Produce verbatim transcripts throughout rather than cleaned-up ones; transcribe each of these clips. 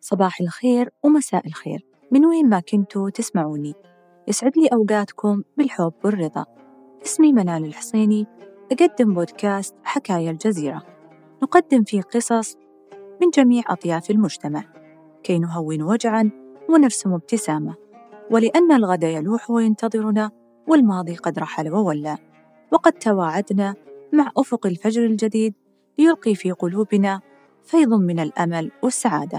صباح الخير ومساء الخير من وين ما كنتوا تسمعوني. يسعد لي أوقاتكم بالحب والرضا. اسمي منال الحصيني، أقدم بودكاست حكاية الجزيرة، نقدم فيه قصص من جميع أطياف المجتمع كي نهون وجعاً ونرسم ابتسامة، ولأن الغد يلوح وينتظرنا والماضي قد رحل وولى، وقد تواعدنا مع أفق الفجر الجديد ليلقي في قلوبنا فيض من الأمل والسعادة.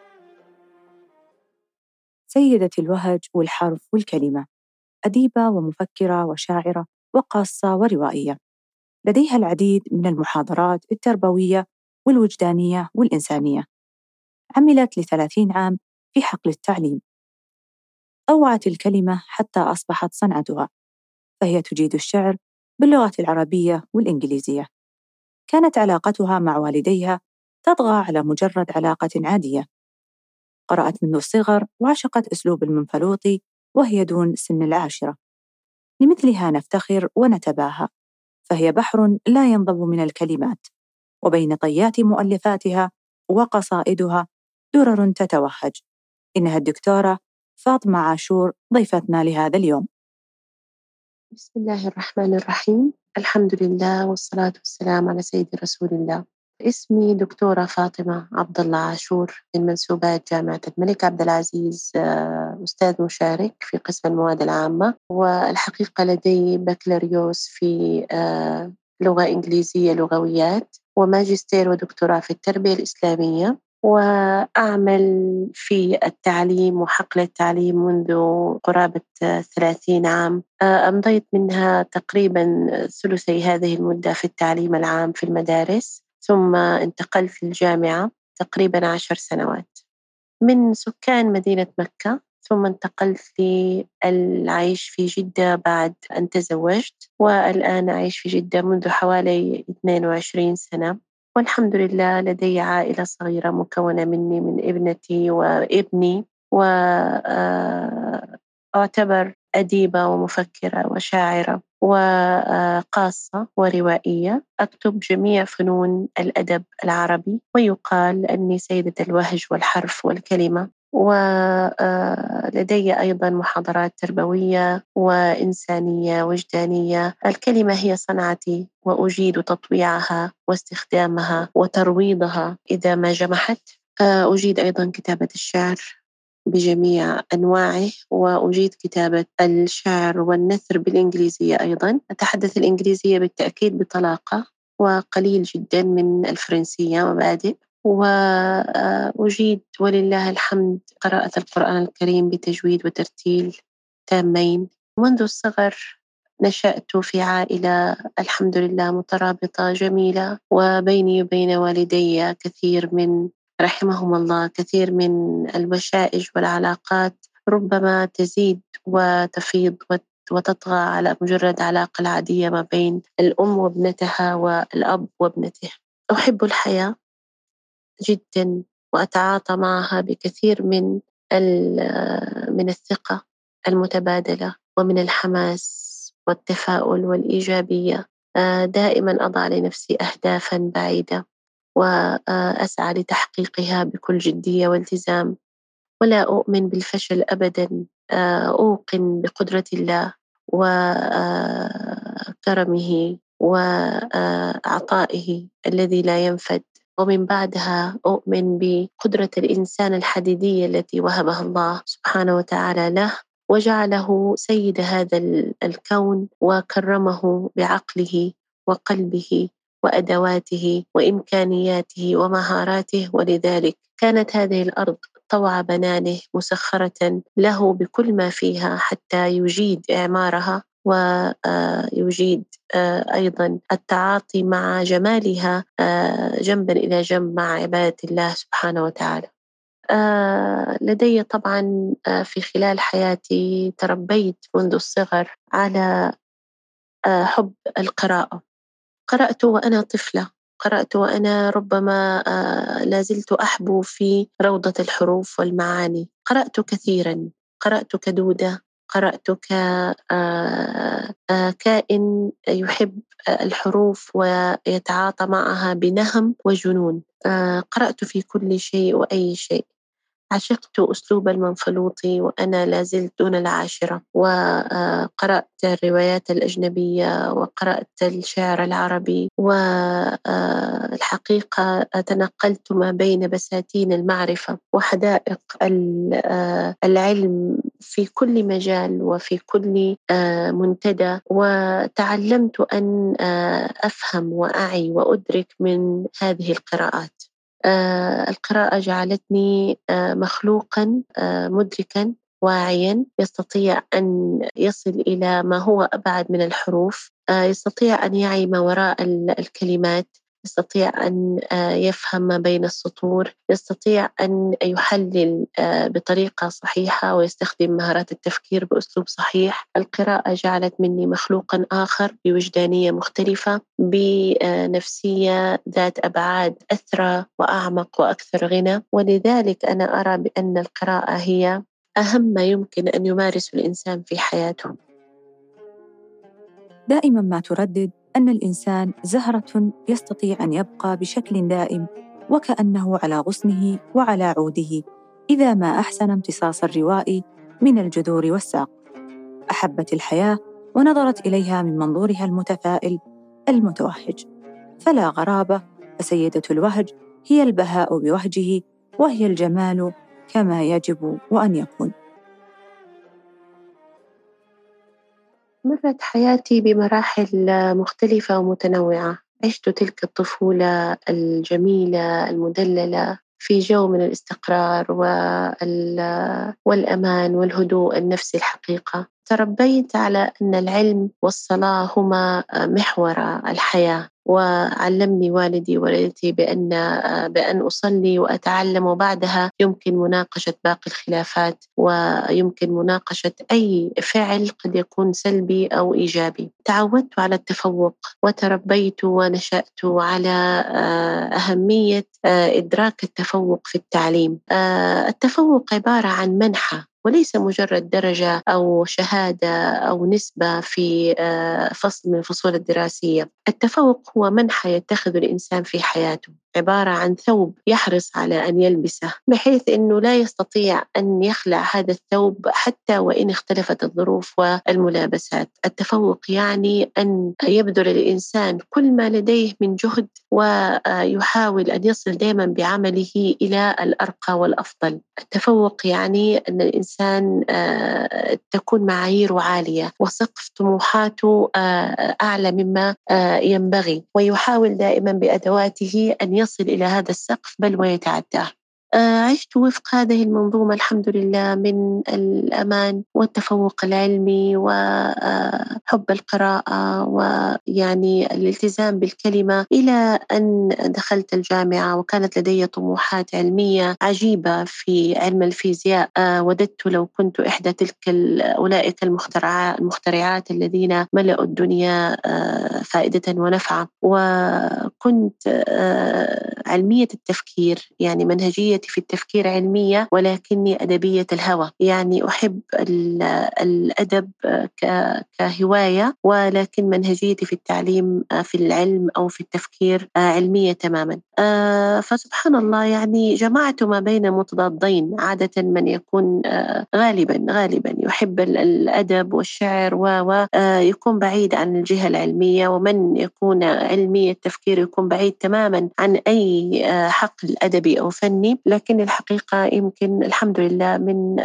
سيدة الوهج والحرف والكلمة، أديبة ومفكرة وشاعرة وقاصة وروائية، لديها العديد من المحاضرات التربوية والوجدانية والإنسانية. عملت لثلاثين عام في حقل التعليم، طوعت الكلمة حتى أصبحت صنعتها، فهي تجيد الشعر باللغة العربية والإنجليزية. كانت علاقتها مع والديها تطغى على مجرد علاقة عادية. قرأت منذ الصغر وعشقت أسلوب المنفلوطي وهي دون سن العاشرة. لمثلها نفتخر ونتباهى، فهي بحر لا ينضب من الكلمات، وبين طيات مؤلفاتها وقصائدها درر تتوهج. إنها الدكتورة فاطمة عاشور ضيفتنا لهذا اليوم. بسم الله الرحمن الرحيم، الحمد لله والصلاة والسلام على سيد رسول الله. اسمي دكتورة فاطمة عبد الله عاشور من منسوبات جامعة الملك عبد العزيز، أستاذ مشارك في قسم المواد العامة، والحقيقة لدي بكالوريوس في لغة إنجليزية لغويات، وماجستير ودكتوراه في التربية الإسلامية، وأعمل في التعليم وحقل التعليم منذ قرابة ثلاثين عام. أمضيت منها تقريبا ثلثي هذه المدة في التعليم العام في المدارس، ثم انتقلت للجامعة تقريبا عشر سنوات. من سكان مدينة مكة، ثم انتقلت للعيش في جدة بعد أن تزوجت، والآن أعيش في جدة منذ حوالي اثنين وعشرين سنة، والحمد لله لدي عائلة صغيرة مكونة مني من ابنتي وابني، وأعتبر أديبة ومفكرة وشاعرة وقاصة وروائية. أكتب جميع فنون الأدب العربي، ويقال أني سيدة الوهج والحرف والكلمة. ولدي أيضا محاضرات تربوية وإنسانية وجدانية. الكلمة هي صنعتي، وأجيد تطويعها واستخدامها وترويضها إذا ما جمحت. أجيد أيضا كتابة الشعر بجميع أنواعه، وأجيد كتابة الشعر والنثر بالإنجليزية أيضا. أتحدث الإنجليزية بالتأكيد بطلاقة، وقليل جدا من الفرنسية مبادئ. وأجيد ولله الحمد قراءة القرآن الكريم بتجويد وترتيل تامين. منذ الصغر نشأت في عائلة الحمد لله مترابطة جميلة، وبيني وبين والدي كثير من رحمهم الله كثير من الوشائج والعلاقات، ربما تزيد وتفيض وتطغى على مجرد علاقة العادية ما بين الأم وابنتها والأب وابنته. أحب الحياة جدا، وأتعاطى معها بكثير من من الثقة المتبادلة ومن الحماس والتفاؤل والإيجابية. دائما أضع لنفسي أهدافا بعيدة، وأسعى لتحقيقها بكل جدية والتزام، ولا أؤمن بالفشل أبدا. أوقن بقدرة الله وكرمه وعطائه الذي لا ينفد، ومن بعدها أؤمن بقدرة الإنسان الحديدية التي وهبها الله سبحانه وتعالى له، وجعله سيد هذا الكون، وكرمه بعقله وقلبه وأدواته وإمكانياته ومهاراته. ولذلك كانت هذه الأرض طوع بنانه مسخرة له بكل ما فيها حتى يجيد إعمارها، ويجيد أيضا التعاطي مع جمالها جنبا إلى جنب مع عبادة الله سبحانه وتعالى. لدي طبعا في خلال حياتي تربيت منذ الصغر على حب القراءة. قرأت وأنا طفلة، قرأت وأنا ربما لازلت أحبو في روضة الحروف والمعاني. قرأت كثيرا، قرأت كدودة، قرأت ككائن يحب الحروف ويتعاطى معها بنهم وجنون. قرأت في كل شيء وأي شيء. عشقت أسلوب المنفلوطي وأنا لا زلت دون العاشرة، وقرأت الروايات الأجنبية وقرأت الشعر العربي، والحقيقة تنقلت ما بين بساتين المعرفة وحدائق العلم في كل مجال وفي كل منتدى، وتعلمت أن أفهم وأعي وأدرك من هذه القراءات. آه القراءة جعلتني آه مخلوقاً آه مدركاً واعياً، يستطيع أن يصل إلى ما هو أبعد من الحروف، آه يستطيع أن يعي ما وراء الكلمات، يستطيع أن آه يفهم ما بين السطور، يستطيع أن يحلل آه بطريقة صحيحة ويستخدم مهارات التفكير بأسلوب صحيح. القراءة جعلت مني مخلوقاً آخر بوجدانية مختلفة، بنفسية ذات أبعاد أثرى وأعمق وأكثر غنى. ولذلك أنا أرى بأن القراءة هي أهم ما يمكن أن يمارسه الإنسان في حياته. دائماً ما تردد أن الإنسان زهرة يستطيع أن يبقى بشكل دائم وكأنه على غصنه وعلى عوده إذا ما أحسن امتصاص الروائي من الجذور والساق. أحبت الحياة ونظرت إليها من منظورها المتفائل المتوهج، فلا غرابة فسيدة الوهج هي البهاء بوهجه، وهي الجمال كما يجب وأن يكون. مرت حياتي بمراحل مختلفة ومتنوعة، عشت تلك الطفولة الجميلة المدللة في جو من الاستقرار والأمان والهدوء النفسي. الحقيقة تربيت على أن العلم والصلاة هما محور الحياة، وعلمني والدي ووالدتي بأن بأن أصلي وأتعلم، وبعدها يمكن مناقشة باقي الخلافات ويمكن مناقشة أي فعل قد يكون سلبي أو إيجابي. تعودت على التفوق وتربيت ونشأت على أهمية إدراك التفوق في التعليم. التفوق عبارة عن منحة وليس مجرد درجة أو شهادة أو نسبة في فصل من الفصول الدراسية. التفوق هو منحة يتخذ الإنسان في حياته، عبارة عن ثوب يحرص على أن يلبسه بحيث أنه لا يستطيع أن يخلع هذا الثوب حتى وإن اختلفت الظروف والملابسات. التفوق يعني أن يبذل الإنسان كل ما لديه من جهد ويحاول أن يصل دائما بعمله إلى الأرقى والأفضل. التفوق يعني أن الإنسان تكون معاييره عالية وسقف طموحاته أعلى مما ينبغي، ويحاول دائما بأدواته أن يصل إلى هذا السقف بل ويتعداه. عشت وفق هذه المنظومة الحمد لله من الأمان والتفوق العلمي وحب القراءة ويعني الالتزام بالكلمة، إلى أن دخلت الجامعة وكانت لدي طموحات علمية عجيبة في علم الفيزياء. وددت لو كنت إحدى تلك أولئك المخترعات الذين ملأوا الدنيا فائدة ونفعا. وكنت علمية التفكير، يعني منهجية في التفكير علمية ولكني أدبية الهوى، يعني أحب الأدب كهواية ولكن منهجيتي في التعليم في العلم أو في التفكير علمية تماما. فسبحان الله يعني جمعت ما بين متضادين. عادة من يكون غالبا غالبا يحب الأدب والشعر ويكون بعيد عن الجهة العلمية، ومن يكون علمي التفكير يكون بعيد تماما عن أي حقل أدبي أو فني. لكن الحقيقة يمكن الحمد لله من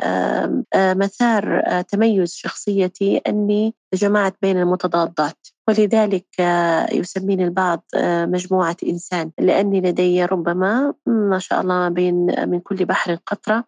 مثار تميز شخصيتي أني جمعت بين المتضادات، ولذلك يسميني البعض مجموعة إنسان، لأني لدي ربما ما شاء الله بين من كل بحر قطرة.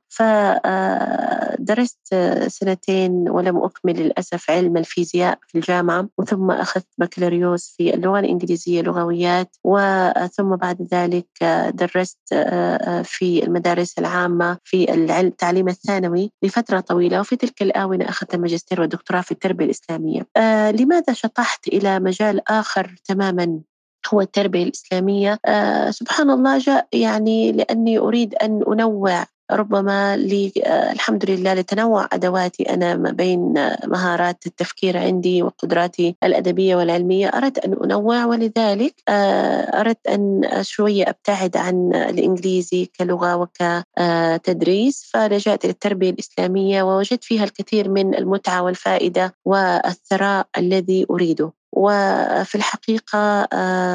فدرست سنتين ولم أكمل للأسف علم الفيزياء في الجامعة، وثم أخذت بكالوريوس في اللغة الإنجليزية لغويات، وثم بعد ذلك درست في المدارس العامة في التعليم الثانوي لفترة طويلة، وفي تلك الآونة أخذت الماجستير والدكتوراه في التربية الإسلامية. آه لماذا شطحت إلى مجال آخر تماماً هو التربية الإسلامية؟ آه سبحان الله، جاء يعني لأني أريد أن أنوع ربما لي الحمد لله لتنوع أدواتي أنا ما بين مهارات التفكير عندي وقدراتي الأدبية والعلمية، أردت أن أنوع، ولذلك أردت أن شوية أبتعد عن الإنجليزي كلغة وكتدريس، فلجأت للتربية الإسلامية ووجدت فيها الكثير من المتعة والفائدة والثراء الذي أريده. وفي الحقيقة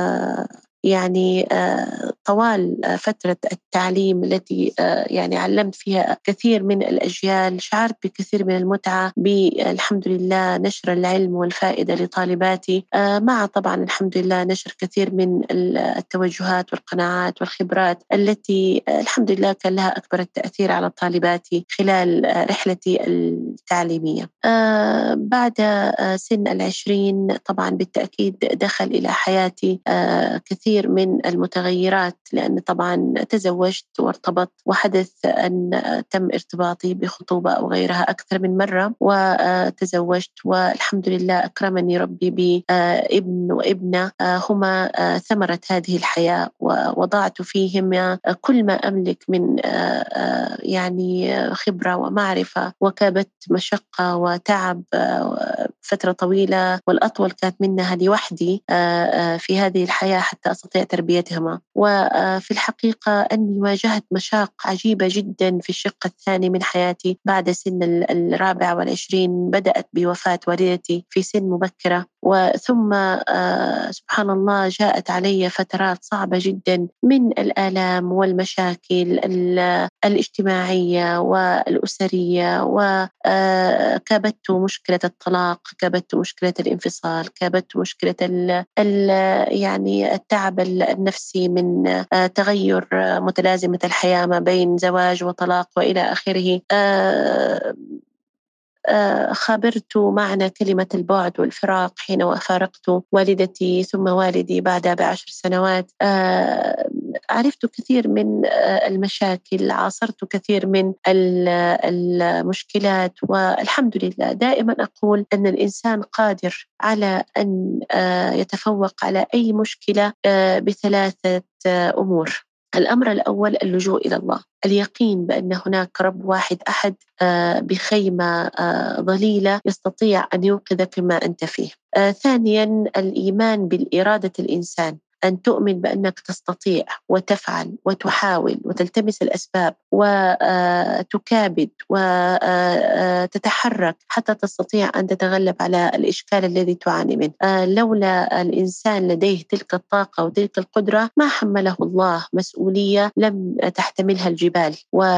يعني طوال فترة التعليم التي يعني علمت فيها كثير من الأجيال شعرت بكثير من المتعة بالحمد لله نشر العلم والفائدة لطالباتي، مع طبعا الحمد لله نشر كثير من التوجهات والقناعات والخبرات التي الحمد لله كان لها أكبر التأثير على طالباتي خلال رحلتي التعليمية. بعد سن العشرين طبعا بالتأكيد دخل إلى حياتي كثير من المتغيرات، لأن طبعا تزوجت وارتبطت، وحدث أن تم ارتباطي بخطوبة أو غيرها أكثر من مرة، وتزوجت والحمد لله أكرمني ربي بابن وابنة هما ثمرة هذه الحياة، ووضعت فيهم كل ما أملك من يعني خبرة ومعرفة، وكابت مشقة وتعب فترة طويلة، والأطول كانت منها لوحدي في هذه الحياة حتى أستطيع تربيتهما. وفي الحقيقة أني واجهت مشاق عجيبة جدا في الشق الثاني من حياتي بعد سن الرابع والعشرين، بدأت بوفاة والدتي في سن مبكرة، وثم سبحان الله جاءت علي فترات صعبة جدا من الآلام والمشاكل الاجتماعية والأسرية، وكابدت مشكلة الطلاق، كابدت مشكلة الانفصال، كابدت مشكلة ال ال يعني التعب النفسي من تغير متلازمة الحياة ما بين زواج وطلاق وإلى آخره. خابرت معنى كلمة البعد والفراق حين فارقت والدتي ثم والدي بعدها بعشر سنوات. عرفت كثير من المشاكل، عاصرت كثير من المشكلات، والحمد لله دائما أقول أن الإنسان قادر على أن يتفوق على أي مشكلة بثلاثة أمور. الأمر الأول اللجوء إلى الله، اليقين بأن هناك رب واحد أحد بخيمة ظليلة يستطيع أن ينقذك مما أنت فيه. ثانياً الإيمان بالإرادة الإنسان، أن تؤمن بأنك تستطيع وتفعل وتحاول وتلتمس الأسباب وتكابد وتتحرك حتى تستطيع أن تتغلب على الإشكال الذي تعاني منه. لولا الإنسان لديه تلك الطاقة وتلك القدرة ما حمله الله مسؤولية لم تحتملها الجبال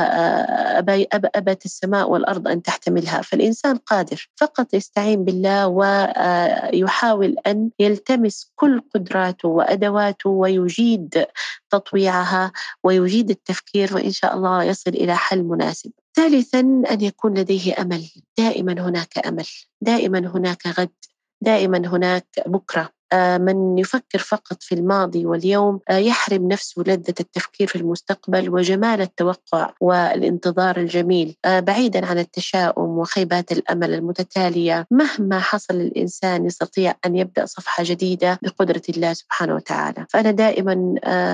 وأبت السماء والأرض أن تحتملها. فالإنسان قادر، فقط يستعين بالله ويحاول أن يلتمس كل قدراته وأدواته ويجيد تطويعها ويجيد التفكير، وإن شاء الله يصل إلى حل مناسب. ثالثاً أن يكون لديه أمل، دائماً هناك أمل، دائماً هناك غد، دائماً هناك بكرة. من يفكر فقط في الماضي واليوم يحرم نفسه لذة التفكير في المستقبل وجمال التوقع والانتظار الجميل، بعيداً عن التشاؤم وخيبات الأمل المتتالية. مهما حصل الإنسان يستطيع أن يبدأ صفحة جديدة بقدرة الله سبحانه وتعالى. فأنا دائماً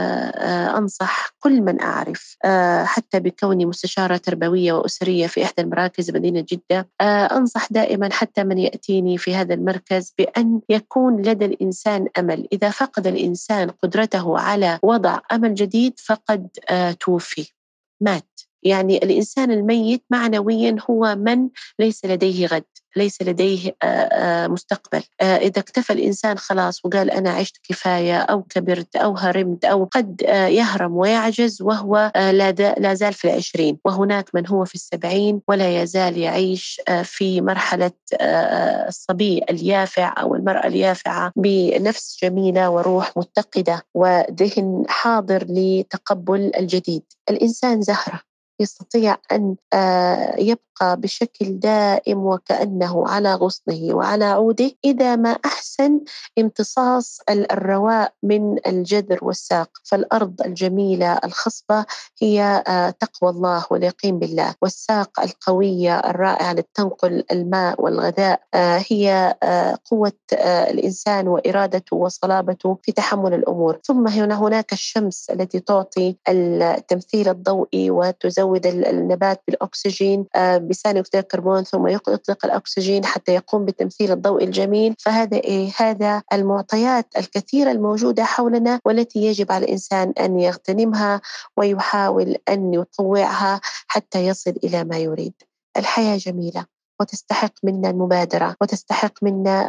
أنصح كل من أعرف، حتى بكوني مستشارة تربوية وأسرية في إحدى المراكز مدينة جدة، أنصح دائماً حتى من يأتيني في هذا المركز بأن يكون لدى الإنسان أمل. إذا فقد الإنسان قدرته على وضع أمل جديد فقد توفي، مات. يعني الإنسان الميت معنويا هو من ليس لديه غد، ليس لديه مستقبل. إذا اكتفى الإنسان خلاص وقال أنا عشت كفاية أو كبرت أو هرمت، أو قد يهرم ويعجز وهو لا زال في العشرين، وهناك من هو في السبعين ولا يزال يعيش في مرحلة الصبي اليافع أو المرأة اليافعة بنفس جميلة وروح متقدة وذهن حاضر لتقبل الجديد. الإنسان زهرة يستطيع أن يبقى بشكل دائم وكأنه على غصنه وعلى عوده إذا ما أحسن امتصاص الرواء من الجذر والساق. فالأرض الجميلة الخصبة هي تقوى الله واليقين بالله، والساق القوية الرائعة لتنقل الماء والغذاء هي قوة الإنسان وإرادته وصلابته في تحمل الأمور. ثم هنا هناك الشمس التي تعطي التمثيل الضوئي وتزود يزود النبات بالأكسجين بثاني أكسيد الكربون، ثم يطلق الأكسجين حتى يقوم بتمثيل الضوء الجميل. فهذا إيه؟ هذا المعطيات الكثيرة الموجودة حولنا، والتي يجب على الإنسان أن يغتنمها ويحاول أن يطوعها حتى يصل إلى ما يريد. الحياة جميلة وتستحق منا المبادرة، وتستحق منا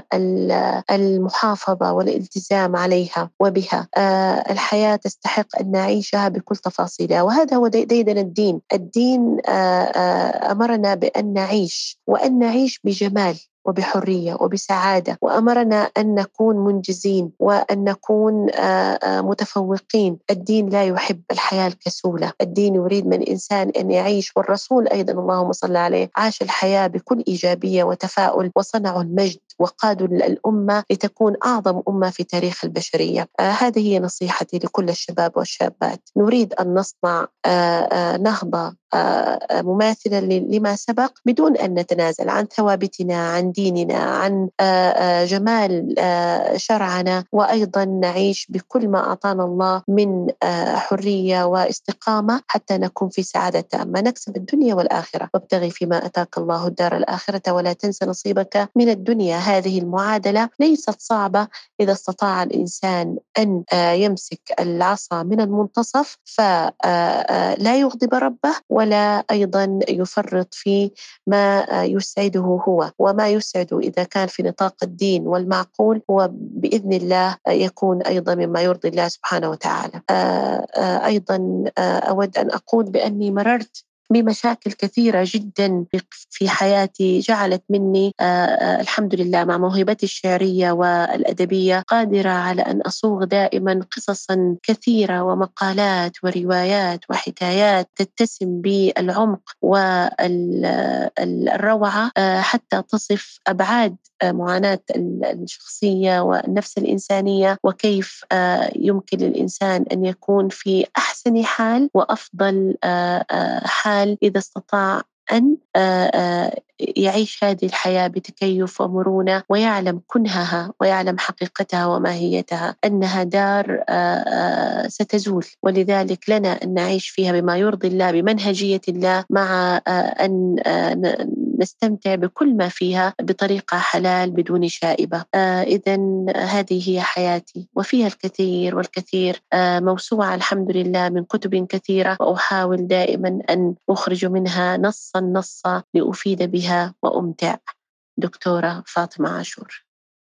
المحافظة والالتزام عليها وبها. الحياة تستحق أن نعيشها بكل تفاصيلها، وهذا هو ديدن الدين. الدين أمرنا بأن نعيش، وأن نعيش بجمال وبحرية وبسعادة، وأمرنا أن نكون منجزين وأن نكون متفوقين. الدين لا يحب الحياة الكسولة، الدين يريد من الإنسان أن يعيش، والرسول أيضا اللهم صل عليه عاش الحياة بكل إيجابية وتفاؤل، وصنعوا المجد وقادوا الأمة لتكون أعظم أمة في تاريخ البشرية. آه هذه هي نصيحتي لكل الشباب والشابات. نريد أن نصنع آه آه نهضة آه مماثلة لما سبق، بدون أن نتنازل عن ثوابتنا، عن ديننا، عن آه آه جمال آه شرعنا، وأيضا نعيش بكل ما أعطانا الله من آه حرية واستقامة حتى نكون في سعادة تامة، نكسب الدنيا والآخرة. وابتغي فيما أتاك الله الدار الآخرة ولا تنس نصيبك من الدنيا. هذه المعادلة ليست صعبة إذا استطاع الإنسان أن يمسك العصا من المنتصف، فلا يغضب ربه ولا أيضا يفرط في ما يسعده هو. وما يسعده إذا كان في نطاق الدين والمعقول هو بإذن الله يكون أيضا مما يرضي الله سبحانه وتعالى. أيضا أود أن أقول بأني مررت بمشاكل كثيرة جدا في حياتي، جعلت مني آه الحمد لله مع موهبتي الشعرية والأدبية قادرة على أن أصوغ دائما قصصا كثيرة ومقالات وروايات وحكايات تتسم بالعمق والروعة آه حتى تصف أبعاد معاناة الشخصية والنفس الإنسانية، وكيف يمكن للإنسان أن يكون في أحسن حال وأفضل حال إذا استطاع أن يعيش هذه الحياة بتكيف ومرونة، ويعلم كنهها ويعلم حقيقتها وماهيتها، أنها دار ستزول، ولذلك لنا أن نعيش فيها بما يرضي الله بمنهجية الله، مع أن نستمتع بكل ما فيها بطريقة حلال بدون شائبة. إذن هذه هي حياتي، وفيها الكثير والكثير، موسوعة الحمد لله من كتب كثيرة، وأحاول دائما أن أخرج منها نصا نصا لأفيد بها وأمتع. دكتورة فاطمة عاشور.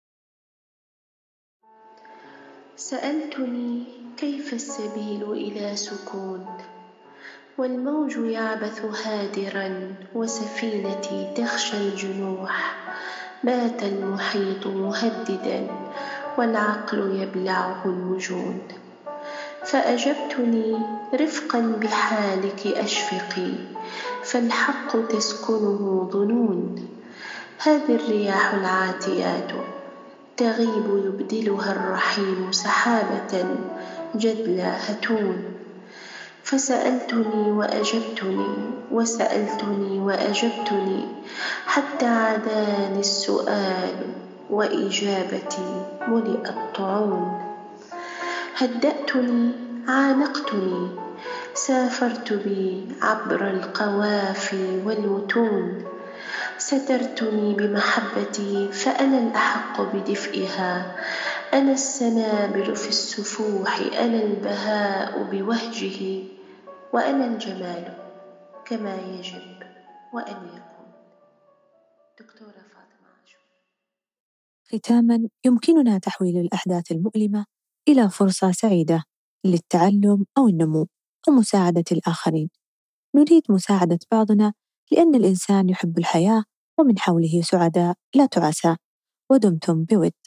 سألتني كيف السبيل إلى سكون، والموج يعبث هادرا وسفينتي تخشى الجنوح، بات المحيط مهددا والعقل يبلعه المجون. فأجبتني رفقا بحالك أشفقي، فالحق تسكنه ظنون. هذه الرياح العاتيات تغيب يبدلها الرحيم سحابة جدلى هتون. فسألتني وأجبتني وسألتني وأجبتني، حتى عداني السؤال وإجابتي ملئت طعون. هدأتني عانقتني، سافرت بي عبر القوافي والمتون. سترتني بمحبتي فأنا الأحق بدفئها، أنا السنابل في السفوح، أنا البهاء بوهجه، وأنا الجمال كما يجب وأن يكون. دكتورة فاطمة عاشور. ختاماً، يمكننا تحويل الأحداث المؤلمة إلى فرصة سعيدة للتعلم أو النمو ومساعدة الآخرين. نريد مساعدة بعضنا لأن الإنسان يحب الحياة ومن حوله سعداء لا تعسى. ودمتم بود.